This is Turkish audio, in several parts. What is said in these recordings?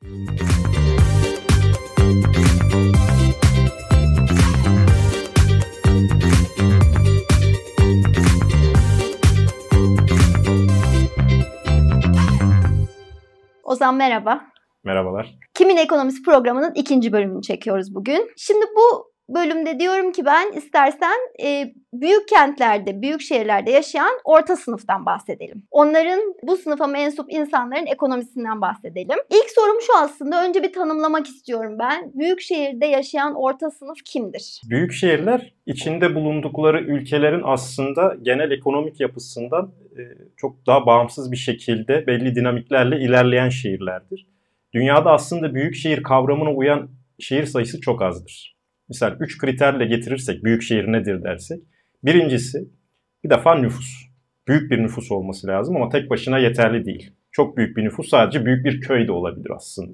Ozan merhaba. Merhabalar. Kimin Ekonomisi programının 2. bölümünü çekiyoruz bugün. Şimdi bu bölümde diyorum ki ben istersen büyük kentlerde, büyük şehirlerde yaşayan orta sınıftan bahsedelim. Onların, bu sınıfa mensup insanların ekonomisinden bahsedelim. İlk sorum şu aslında, önce bir tanımlamak istiyorum ben. Büyük şehirde yaşayan orta sınıf kimdir? Büyük şehirler içinde bulundukları ülkelerin aslında genel ekonomik yapısından çok daha bağımsız bir şekilde belli dinamiklerle ilerleyen şehirlerdir. Dünyada aslında büyük şehir kavramına uyan şehir sayısı çok azdır. Mesela 3 kriterle getirirsek büyük şehir nedir dersek. Birincisi bir defa nüfus. Büyük bir nüfus olması lazım ama tek başına yeterli değil. Çok büyük bir nüfus sadece büyük bir köy de olabilir aslında.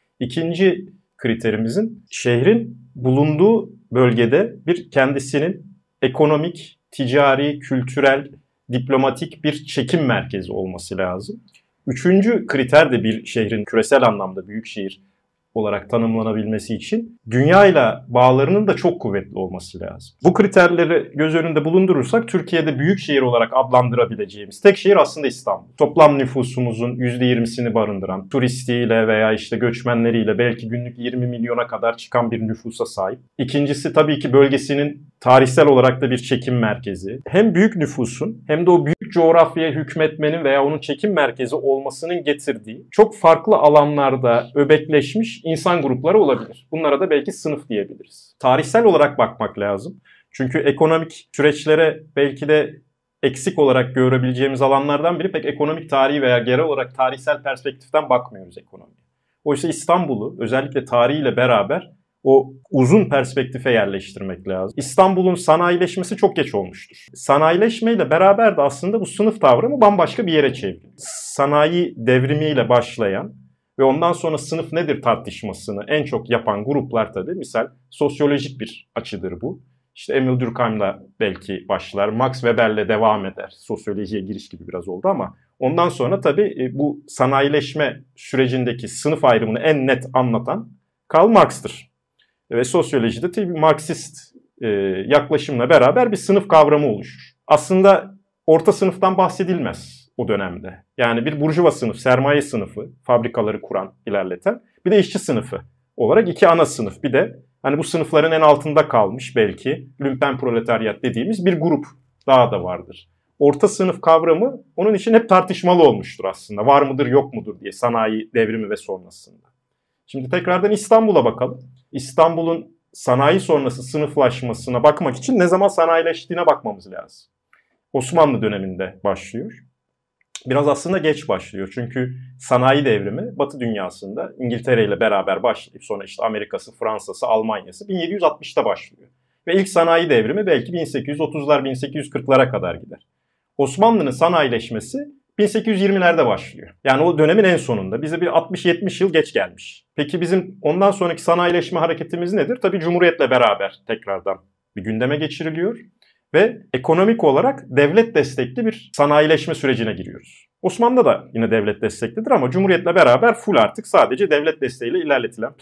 İkinci kriterimizin şehrin bulunduğu bölgede bir kendisinin ekonomik, ticari, kültürel, diplomatik bir çekim merkezi olması lazım. Üçüncü kriter de bir şehrin küresel anlamda büyük şehir olarak tanımlanabilmesi için dünyayla bağlarının da çok kuvvetli olması lazım. Bu kriterleri göz önünde bulundurursak Türkiye'de büyük şehir olarak adlandırabileceğimiz tek şehir aslında İstanbul. Toplam nüfusumuzun %20'sini barındıran, turistiyle veya göçmenleriyle belki günlük 20 milyona kadar çıkan bir nüfusa sahip. İkincisi tabii ki bölgesinin tarihsel olarak da bir çekim merkezi. Hem büyük nüfusun hem de o büyük coğrafyaya hükmetmenin veya onun çekim merkezi olmasının getirdiği çok farklı alanlarda öbekleşmiş insan grupları olabilir. Bunlara da belki sınıf diyebiliriz. Tarihsel olarak bakmak lazım. Çünkü ekonomik süreçlere belki de eksik olarak görebileceğimiz alanlardan biri pek ekonomik tarihi veya genel olarak tarihsel perspektiften bakmıyoruz ekonomiye. Oysa İstanbul'u özellikle tarihiyle beraber o uzun perspektife yerleştirmek lazım. İstanbul'un sanayileşmesi çok geç olmuştur. Sanayileşmeyle beraber de aslında bu sınıf tavrımı bambaşka bir yere çevrildi. Sanayi devrimiyle başlayan ve ondan sonra sınıf nedir tartışmasını en çok yapan gruplar tabii. Misal sosyolojik bir açıdır bu. İşte Emil Durkheim'la belki başlar, Max Weber'le devam eder. Sosyolojiye giriş gibi biraz oldu ama ondan sonra tabii bu sanayileşme sürecindeki sınıf ayrımını en net anlatan Karl Marx'tır. Ve sosyolojide tabii Marksist yaklaşımla beraber bir sınıf kavramı oluşur. Aslında orta sınıftan bahsedilmez o dönemde. Yani bir burjuva sınıf, sermaye sınıfı, fabrikaları kuran, ilerleten, bir de işçi sınıfı olarak iki ana sınıf. Bir de hani bu sınıfların en altında kalmış belki lümpen proletaryat dediğimiz bir grup daha da vardır. Orta sınıf kavramı onun için hep tartışmalı olmuştur aslında. Var mıdır yok mudur diye sanayi devrimi ve sonrasında. Şimdi tekrardan İstanbul'a bakalım. İstanbul'un sanayi sonrası sınıflaşmasına bakmak için ne zaman sanayileştiğine bakmamız lazım. Osmanlı döneminde başlıyor. Biraz aslında geç başlıyor. Çünkü sanayi devrimi Batı dünyasında İngiltere ile beraber başlayıp sonra Amerika'sı, Fransa'sı, Almanya'sı 1760'ta başlıyor. Ve ilk sanayi devrimi belki 1830'lar, 1840'lara kadar gider. Osmanlı'nın sanayileşmesi 1820'lerde başlıyor. Yani o dönemin en sonunda. Bize bir 60-70 yıl geç gelmiş. Peki bizim ondan sonraki sanayileşme hareketimiz nedir? Tabii Cumhuriyet'le beraber tekrardan bir gündeme geçiriliyor. Ve ekonomik olarak devlet destekli bir sanayileşme sürecine giriyoruz. Osmanlı'da da yine devlet desteklidir ama Cumhuriyet'le beraber full artık sadece devlet desteğiyle ilerletilen,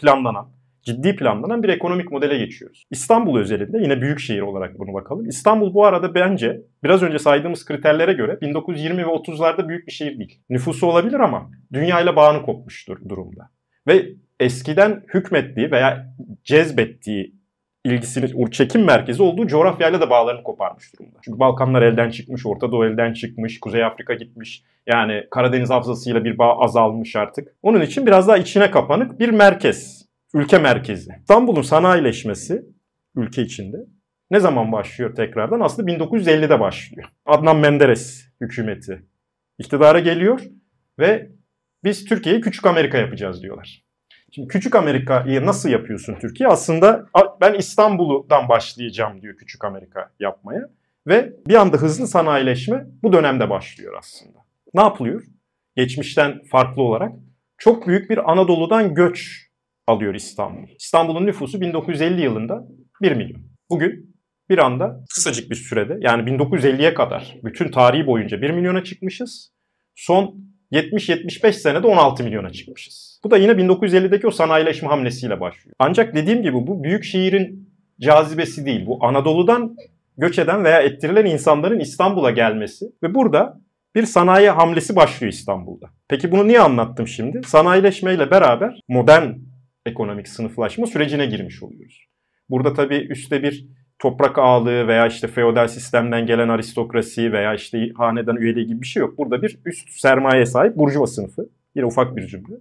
ciddi planlanan bir ekonomik modele geçiyoruz. İstanbul özelinde yine büyük şehir olarak bunu bakalım. İstanbul bu arada bence biraz önce saydığımız kriterlere göre 1920 ve 30'larda büyük bir şehir değil. Nüfusu olabilir ama dünyayla bağını kopmuş durumda. Ve eskiden hükmettiği veya cezbettiği ilgisini, çekim merkezi olduğu coğrafyayla da bağlarını koparmış durumda. Çünkü Balkanlar elden çıkmış, Orta Doğu elden çıkmış, Kuzey Afrika gitmiş. Yani Karadeniz havzasıyla bir bağ azalmış artık. Onun için biraz daha içine kapanık bir merkez, ülke merkezi. İstanbul'un sanayileşmesi ülke içinde ne zaman başlıyor tekrardan? Aslında 1950'de başlıyor. Adnan Menderes hükümeti iktidara geliyor ve biz Türkiye'yi Küçük Amerika yapacağız diyorlar. Şimdi Küçük Amerika'yı nasıl yapıyorsun Türkiye? Aslında ben İstanbul'dan başlayacağım diyor Küçük Amerika yapmaya. Ve bir anda hızlı sanayileşme bu dönemde başlıyor aslında. Ne yapılıyor? Geçmişten farklı olarak çok büyük bir Anadolu'dan göç alıyor İstanbul. İstanbul'un nüfusu 1950 yılında 1 milyon. Bugün bir anda kısacık bir sürede yani 1950'ye kadar bütün tarihi boyunca 1 milyona çıkmışız. Son 70-75 senede 16 milyona çıkmışız. Bu da yine 1950'deki o sanayileşme hamlesiyle başlıyor. Ancak dediğim gibi bu büyük şehrin cazibesi değil. Bu Anadolu'dan göç eden veya ettirilen insanların İstanbul'a gelmesi ve burada bir sanayi hamlesi başlıyor İstanbul'da. Peki bunu niye anlattım şimdi? Sanayileşmeyle beraber modern ekonomik sınıflaşma sürecine girmiş oluyoruz. Burada tabii üstte bir toprak ağalığı veya işte feodal sistemden gelen aristokrasi veya işte hanedan üyeliği gibi bir şey yok. Burada bir üst sermayeye sahip burjuva sınıfı. Yine ufak bir cümle.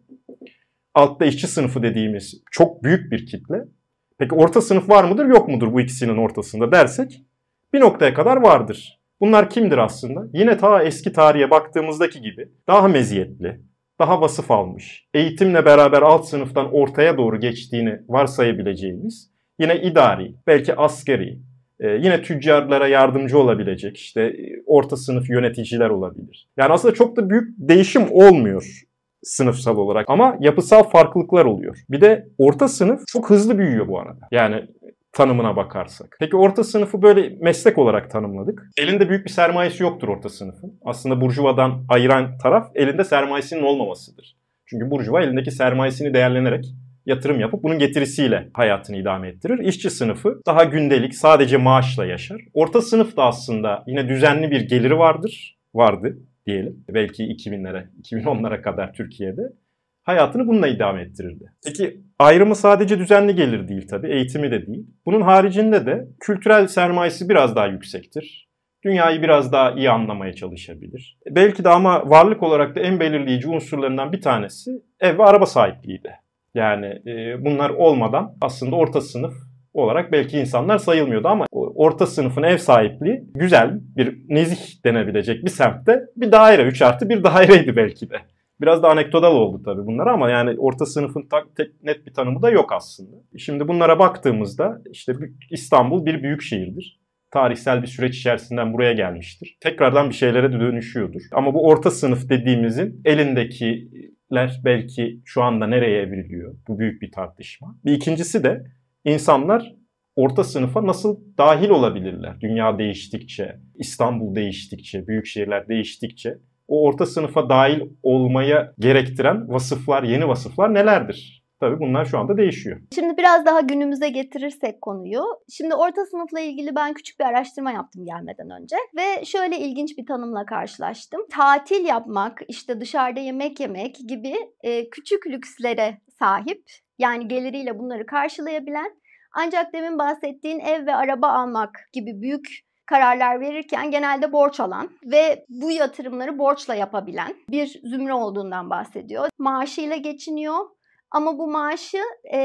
Altta işçi sınıfı dediğimiz çok büyük bir kitle. Peki orta sınıf var mıdır yok mudur bu ikisinin ortasında dersek bir noktaya kadar vardır. Bunlar kimdir aslında? Yine ta eski tarihe baktığımızdaki gibi daha meziyetli, daha vasıf almış, eğitimle beraber alt sınıftan ortaya doğru geçtiğini varsayabileceğimiz, yine idari, belki askeri, yine tüccarlara yardımcı olabilecek işte orta sınıf yöneticiler olabilir. Yani aslında çok da büyük değişim olmuyor sınıfsal olarak ama yapısal farklılıklar oluyor. Bir de orta sınıf çok hızlı büyüyor bu arada. Yani tanımına bakarsak. Peki orta sınıfı böyle meslek olarak tanımladık. Elinde büyük bir sermayesi yoktur orta sınıfın. Aslında burjuvadan ayıran taraf elinde sermayesinin olmamasıdır. Çünkü burjuva elindeki sermayesini değerlenerek yatırım yapıp bunun getirisiyle hayatını idame ettirir. İşçi sınıfı daha gündelik, sadece maaşla yaşar. Orta sınıf da aslında yine düzenli bir geliri vardı diyelim. Belki 2000'lere, 2010'lara kadar Türkiye'de hayatını bununla idame ettirirdi. Peki ayrımı sadece düzenli gelir değil tabii, eğitimi de değil. Bunun haricinde de kültürel sermayesi biraz daha yüksektir. Dünyayı biraz daha iyi anlamaya çalışabilir. Belki de ama varlık olarak da en belirleyici unsurlarından bir tanesi ev ve araba sahipliğiydi. Yani bunlar olmadan aslında orta sınıf olarak belki insanlar sayılmıyordu ama orta sınıfın ev sahipliği güzel bir nezih denebilecek bir semtte bir daire, 3+1 daireydi belki de. Biraz da anekdotal oldu tabii bunlar ama yani orta sınıfın tek net bir tanımı da yok aslında. Şimdi bunlara baktığımızda işte İstanbul bir büyük şehirdir. Tarihsel bir süreç içerisinden buraya gelmiştir. Tekrardan bir şeylere dönüşüyordur. Ama bu orta sınıf dediğimizin elindekiler belki şu anda nereye evriliyor? Bu büyük bir tartışma. Bir ikincisi de insanlar orta sınıfa nasıl dahil olabilirler? Dünya değiştikçe, İstanbul değiştikçe, büyük şehirler değiştikçe o orta sınıfa dahil olmaya gerektiren vasıflar, yeni vasıflar nelerdir? Tabii bunlar şu anda değişiyor. Şimdi biraz daha günümüze getirirsek konuyu. Şimdi orta sınıfla ilgili ben küçük bir araştırma yaptım gelmeden önce. Ve şöyle ilginç bir tanımla karşılaştım. Tatil yapmak, işte dışarıda yemek yemek gibi küçük lükslere sahip. Yani geliriyle bunları karşılayabilen. Ancak demin bahsettiğin ev ve araba almak gibi büyük kararlar verirken genelde borç alan ve bu yatırımları borçla yapabilen bir zümre olduğundan bahsediyor. Maaşıyla geçiniyor ama bu maaşı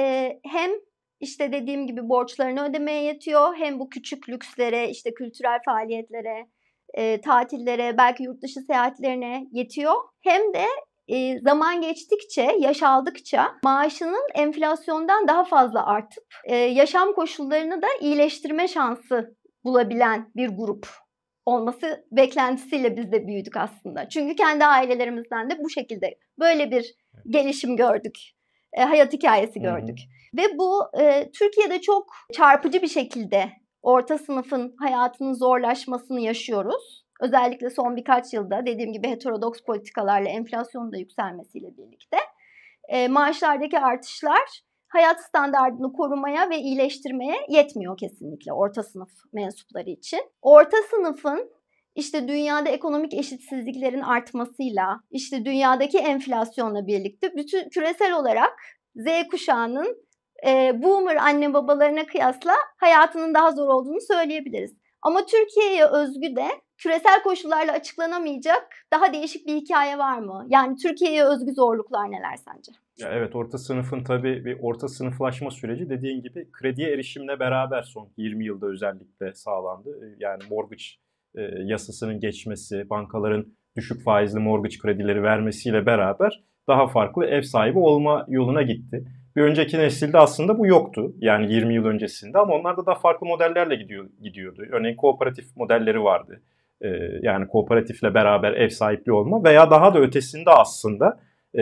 hem işte dediğim gibi borçlarını ödemeye yetiyor hem bu küçük lükslere, işte kültürel faaliyetlere, tatillere, belki yurt dışı seyahatlerine yetiyor. Hem de zaman geçtikçe, yaş aldıkça maaşının enflasyondan daha fazla artıp yaşam koşullarını da iyileştirme şansı bulabilen bir grup olması beklentisiyle biz de büyüdük aslında. Çünkü kendi ailelerimizden de bu şekilde böyle bir gelişim gördük. Hayat hikayesi gördük. Ve bu Türkiye'de çok çarpıcı bir şekilde orta sınıfın hayatının zorlaşmasını yaşıyoruz. Özellikle son birkaç yılda dediğim gibi heterodoks politikalarla enflasyonun da yükselmesiyle birlikte maaşlardaki artışlar hayat standardını korumaya ve iyileştirmeye yetmiyor kesinlikle orta sınıf mensupları için. Orta sınıfın işte dünyada ekonomik eşitsizliklerin artmasıyla, işte dünyadaki enflasyonla birlikte bütün küresel olarak Z kuşağının boomer anne babalarına kıyasla hayatının daha zor olduğunu söyleyebiliriz. Ama Türkiye'ye özgü de küresel koşullarla açıklanamayacak daha değişik bir hikaye var mı? Yani Türkiye'ye özgü zorluklar neler sence? Ya evet, orta sınıfın tabii bir orta sınıflaşma süreci dediğin gibi krediye erişimle beraber son 20 yılda özellikle sağlandı. Yani mortgage yasasının geçmesi, bankaların düşük faizli mortgage kredileri vermesiyle beraber daha farklı ev sahibi olma yoluna gitti. Bir önceki nesilde aslında bu yoktu. Yani 20 yıl öncesinde ama onlar da daha farklı modellerle gidiyordu. Örneğin kooperatif modelleri vardı. Yani kooperatifle beraber ev sahipliği olma veya daha da ötesinde aslında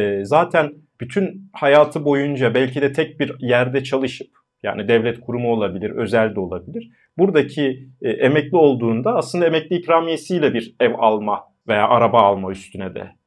zaten bütün hayatı boyunca belki de tek bir yerde çalışıp, yani devlet kurumu olabilir, özel de olabilir. Buradaki emekli olduğunda aslında emekli ikramiyesiyle bir ev alma veya araba alma üstüne de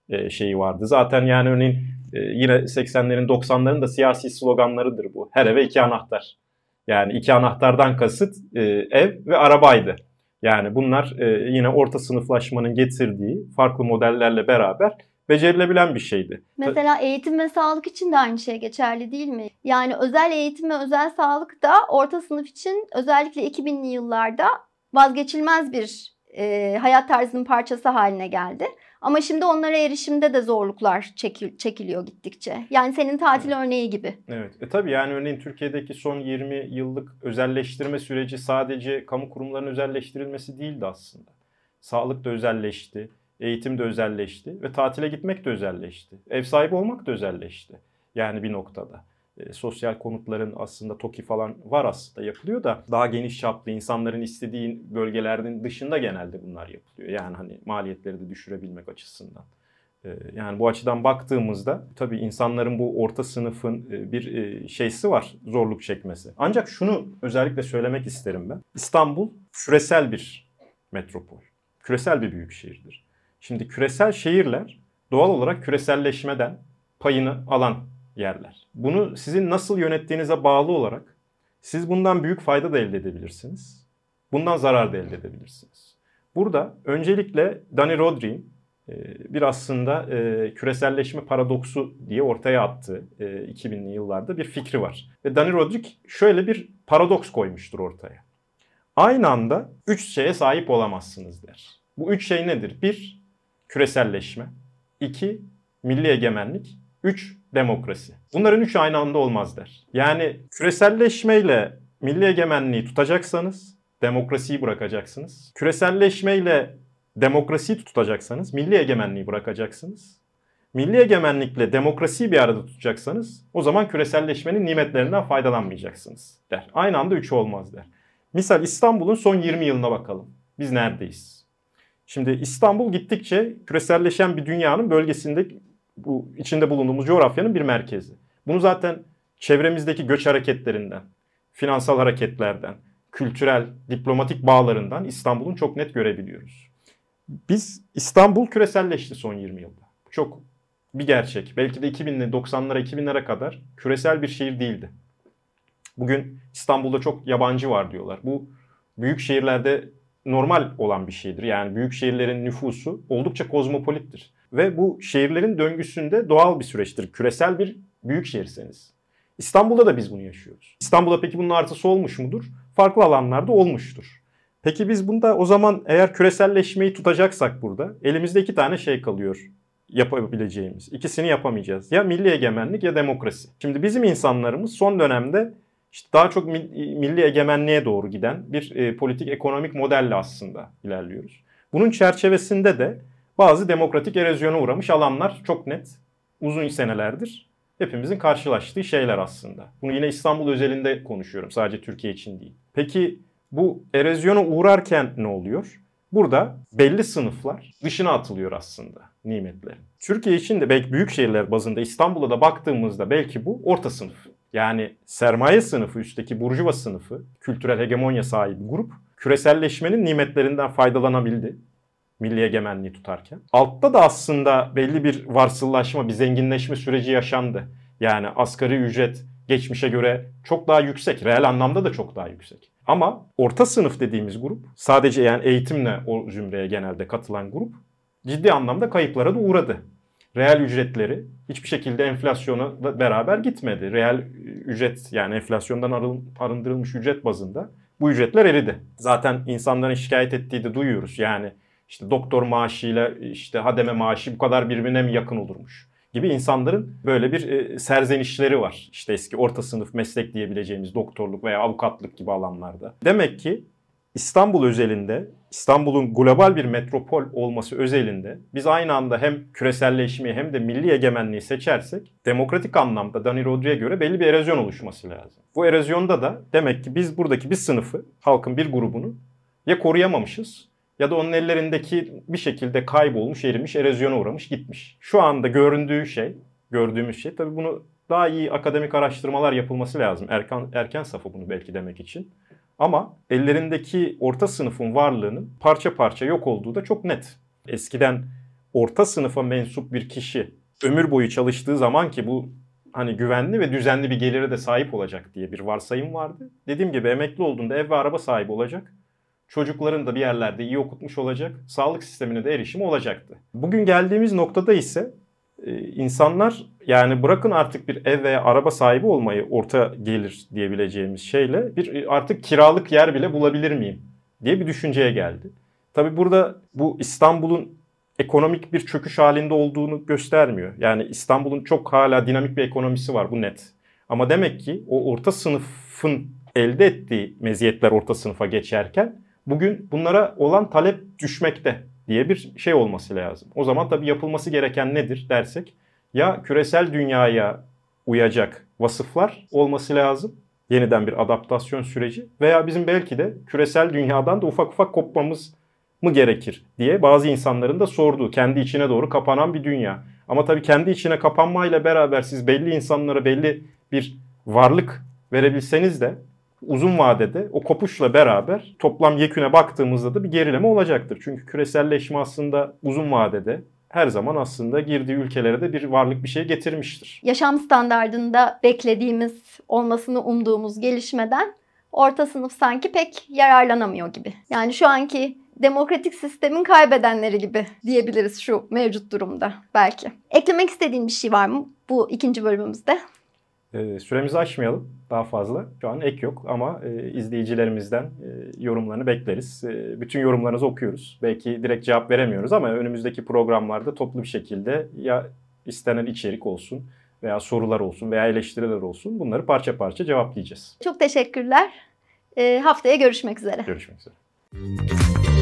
şeyi vardı. Zaten yani örneğin yine 80'lerin 90'ların da siyasi sloganlarıdır bu. Her eve 2 anahtar. Yani 2 anahtardan kasıt ev ve arabaydı. Yani bunlar yine orta sınıflaşmanın getirdiği farklı modellerle beraber becerilebilen bir şeydi. Mesela eğitim ve sağlık için de aynı şey geçerli değil mi? Yani özel eğitim ve özel sağlık da orta sınıf için özellikle 2000'li yıllarda vazgeçilmez bir hayat tarzının parçası haline geldi. Ama şimdi onlara erişimde de zorluklar çekiliyor gittikçe. Yani senin tatil örneği gibi. Evet. Tabii yani örneğin Türkiye'deki son 20 yıllık özelleştirme süreci sadece kamu kurumlarının özelleştirilmesi değildi aslında. Sağlık da özelleşti, eğitim de özelleşti ve tatile gitmek de özelleşti. Ev sahibi olmak da özelleşti. Yani bir noktada. Sosyal konutların aslında TOKİ falan var aslında yapılıyor da daha geniş çaplı insanların istediği bölgelerinin dışında genelde bunlar yapılıyor. Yani hani maliyetleri de düşürebilmek açısından. Yani bu açıdan baktığımızda tabii insanların bu orta sınıfın bir şeysi var, zorluk çekmesi. Ancak şunu özellikle söylemek isterim ben. İstanbul küresel bir metropol. Küresel bir büyük şehirdir. Şimdi küresel şehirler doğal olarak küreselleşmeden payını alan yerler. Bunu sizin nasıl yönettiğinize bağlı olarak siz bundan büyük fayda da elde edebilirsiniz. Bundan zarar da elde edebilirsiniz. Burada öncelikle Dani Rodrik'in bir aslında küreselleşme paradoksu diye ortaya attığı 2000'li yıllarda bir fikri var. Ve Dani Rodrik şöyle bir paradoks koymuştur ortaya. Aynı anda 3 şeye sahip olamazsınız der. Bu 3 şey nedir? 1. Küreselleşme. 2. Milli egemenlik. 3. Demokrasi. Bunların 3 aynı anda olmaz der. Yani küreselleşmeyle milli egemenliği tutacaksanız demokrasiyi bırakacaksınız. Küreselleşmeyle demokrasiyi tutacaksanız milli egemenliği bırakacaksınız. Milli egemenlikle demokrasiyi bir arada tutacaksanız o zaman küreselleşmenin nimetlerinden faydalanmayacaksınız der. Aynı anda 3 olmaz der. Misal İstanbul'un son 20 yılına bakalım. Biz neredeyiz? Şimdi İstanbul gittikçe küreselleşen bir dünyanın bölgesinde bu içinde bulunduğumuz coğrafyanın bir merkezi. Bunu zaten çevremizdeki göç hareketlerinden, finansal hareketlerden, kültürel, diplomatik bağlarından İstanbul'un çok net görebiliyoruz. İstanbul küreselleşti son 20 yılda. Bu çok bir gerçek. Belki de 2000'li 90'lara 2000'lere kadar küresel bir şehir değildi. Bugün İstanbul'da çok yabancı var diyorlar. Bu büyük şehirlerde normal olan bir şeydir. Yani büyük şehirlerin nüfusu oldukça kozmopolittir. Ve bu şehirlerin döngüsünde doğal bir süreçtir. Küresel bir büyük şehirseniz. İstanbul'da da biz bunu yaşıyoruz. İstanbul'da peki bunun artısı olmuş mudur? Farklı alanlarda olmuştur. Peki biz bunda o zaman eğer küreselleşmeyi tutacaksak burada elimizde 2 tane şey kalıyor yapabileceğimiz. İkisini yapamayacağız. Ya milli egemenlik ya demokrasi. Şimdi bizim insanlarımız son dönemde İşte daha çok milli egemenliğe doğru giden bir politik ekonomik modelle aslında ilerliyoruz. Bunun çerçevesinde de bazı demokratik erozyona uğramış alanlar çok net uzun senelerdir hepimizin karşılaştığı şeyler aslında. Bunu yine İstanbul özelinde konuşuyorum, sadece Türkiye için değil. Peki bu erozyona uğrarken ne oluyor? Burada belli sınıflar dışına atılıyor aslında nimetlerin. Türkiye için de belki büyük şehirler bazında İstanbul'a da baktığımızda belki bu orta sınıf. Yani sermaye sınıfı, üstteki burjuva sınıfı, kültürel hegemonya sahibi grup küreselleşmenin nimetlerinden faydalanabildi milli egemenliği tutarken. Altta da aslında belli bir varsıllaşma, bir zenginleşme süreci yaşandı. Yani asgari ücret geçmişe göre çok daha yüksek, reel anlamda da çok daha yüksek. Ama orta sınıf dediğimiz grup, sadece yani eğitimle o zümreye genelde katılan grup ciddi anlamda kayıplara da uğradı. Reel ücretleri hiçbir şekilde enflasyona beraber gitmedi. Reel ücret yani enflasyondan arındırılmış ücret bazında bu ücretler eridi. Zaten insanların şikayet ettiği de duyuyoruz. Yani işte doktor maaşıyla işte hademe maaşı bu kadar birbirine mi yakın olurmuş gibi insanların böyle bir serzenişleri var. İşte eski orta sınıf meslek diyebileceğimiz doktorluk veya avukatlık gibi alanlarda. Demek ki İstanbul özelinde, İstanbul'un global bir metropol olması özelinde biz aynı anda hem küreselleşmeyi hem de milli egemenliği seçersek demokratik anlamda Dani Rodrik'e göre belli bir erozyon oluşması lazım. Bu erozyonda da demek ki biz buradaki bir sınıfı, halkın bir grubunu ya koruyamamışız ya da onun ellerindeki bir şekilde kaybolmuş, erimiş, erozyona uğramış, gitmiş. Şu anda gördüğümüz şey tabii bunu daha iyi akademik araştırmalar yapılması lazım. Erken safha bunu belki demek için. Ama ellerindeki orta sınıfın varlığının parça parça yok olduğu da çok net. Eskiden orta sınıfa mensup bir kişi ömür boyu çalıştığı zaman ki bu hani güvenli ve düzenli bir gelire de sahip olacak diye bir varsayım vardı. Dediğim gibi emekli olduğunda ev ve araba sahibi olacak. Çocukların da bir yerlerde iyi okutmuş olacak. Sağlık sistemine de erişimi olacaktı. Bugün geldiğimiz noktada ise insanlar yani bırakın artık bir ev veya araba sahibi olmayı orta gelir diyebileceğimiz şeyle bir artık kiralık yer bile bulabilir miyim diye bir düşünceye geldi. Tabii burada bu İstanbul'un ekonomik bir çöküş halinde olduğunu göstermiyor. Yani İstanbul'un çok hala dinamik bir ekonomisi var, bu net. Ama demek ki o orta sınıfın elde ettiği meziyetler orta sınıfa geçerken bugün bunlara olan talep düşmekte diye bir şey olması lazım. O zaman tabii yapılması gereken nedir dersek, ya küresel dünyaya uyacak vasıflar olması lazım. Yeniden bir adaptasyon süreci veya bizim belki de küresel dünyadan da ufak ufak kopmamız mı gerekir diye bazı insanların da sorduğu, kendi içine doğru kapanan bir dünya. Ama tabii kendi içine kapanmayla beraber siz belli insanlara belli bir varlık verebilseniz de uzun vadede o kopuşla beraber toplam yeküne baktığımızda da bir gerileme olacaktır. Çünkü küreselleşme aslında uzun vadede her zaman aslında girdiği ülkelere de bir varlık bir şey getirmiştir. Yaşam standardında beklediğimiz, olmasını umduğumuz gelişmeden orta sınıf sanki pek yararlanamıyor gibi. Yani şu anki demokratik sistemin kaybedenleri gibi diyebiliriz şu mevcut durumda belki. Eklemek istediğin bir şey var mı bu ikinci bölümümüzde? Süremizi aşmayalım daha fazla. Şu an ek yok ama izleyicilerimizden yorumlarını bekleriz. Bütün yorumlarınızı okuyoruz. Belki direkt cevap veremiyoruz ama önümüzdeki programlarda toplu bir şekilde ya istenen içerik olsun veya sorular olsun veya eleştiriler olsun, bunları parça parça cevaplayacağız. Çok teşekkürler. Haftaya görüşmek üzere. Görüşmek üzere.